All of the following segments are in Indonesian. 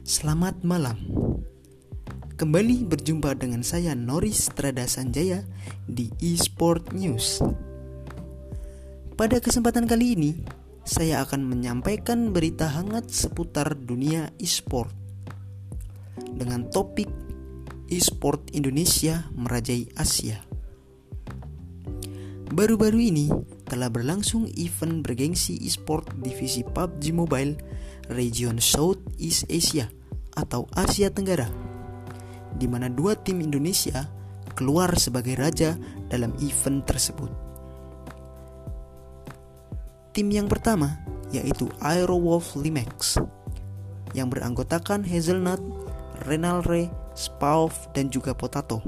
Selamat malam. Kembali berjumpa dengan saya Noris Trada Sanjaya di eSport News. Pada kesempatan kali ini, saya akan menyampaikan berita hangat seputar dunia eSport dengan topik eSport Indonesia merajai Asia. Baru-baru ini telah berlangsung event bergengsi eSport divisi PUBG Mobile Region Southeast Asia atau Asia Tenggara, di mana 2 tim Indonesia keluar sebagai raja dalam event tersebut. Tim yang pertama yaitu Aerowolf Limex yang beranggotakan Hazelnut, Renalre, Spauf, dan juga Potato.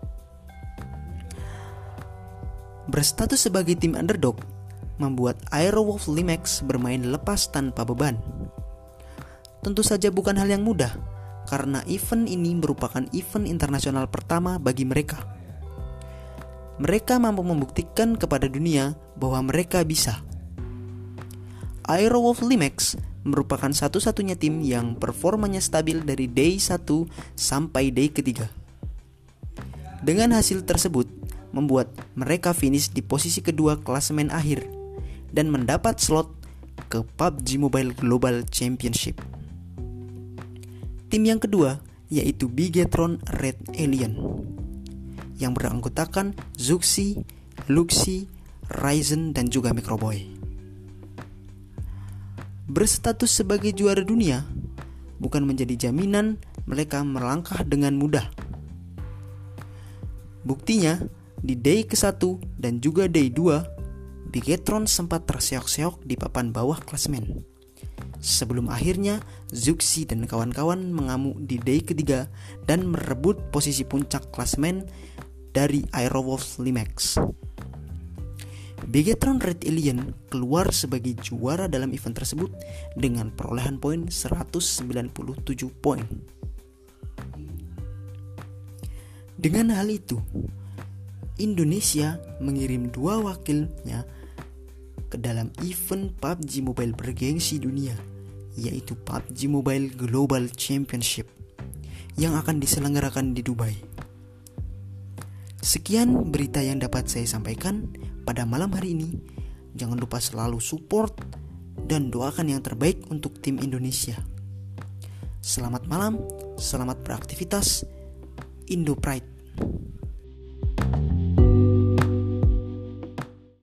Berstatus sebagai tim underdog membuat Aerowolf Limex bermain lepas tanpa beban. Tentu saja bukan hal yang mudah, karena event ini merupakan event internasional pertama bagi mereka. Mereka mampu membuktikan kepada dunia bahwa mereka bisa. Aerowolf Limex merupakan satu-satunya tim yang performanya stabil dari day 1 sampai day ketiga. Dengan hasil tersebut, membuat mereka finish di posisi kedua klasemen akhir dan mendapat slot ke PUBG Mobile Global Championship. Tim yang kedua yaitu Bigetron Red Alien yang beranggotakan Zuxi, Luxi, Ryzen, dan juga Microboy. Berstatus sebagai juara dunia bukan menjadi jaminan mereka melangkah dengan mudah. Buktinya, di day ke-1 dan juga day 2, Bigetron sempat terseok-seok di papan bawah klasemen, sebelum akhirnya Zuxi dan kawan-kawan mengamuk di day ketiga dan merebut posisi puncak klasemen dari Aerowolf Limex. Bigetron Red Alien keluar sebagai juara dalam event tersebut dengan perolehan poin 197 poin. Dengan hal itu, Indonesia mengirim 2 wakilnya ke dalam event PUBG Mobile bergengsi dunia, yaitu PUBG Mobile Global Championship yang akan diselenggarakan di Dubai. Sekian berita yang dapat saya sampaikan pada malam hari ini. Jangan lupa selalu support dan doakan yang terbaik untuk tim Indonesia. Selamat malam, selamat beraktivitas, Indo Pride.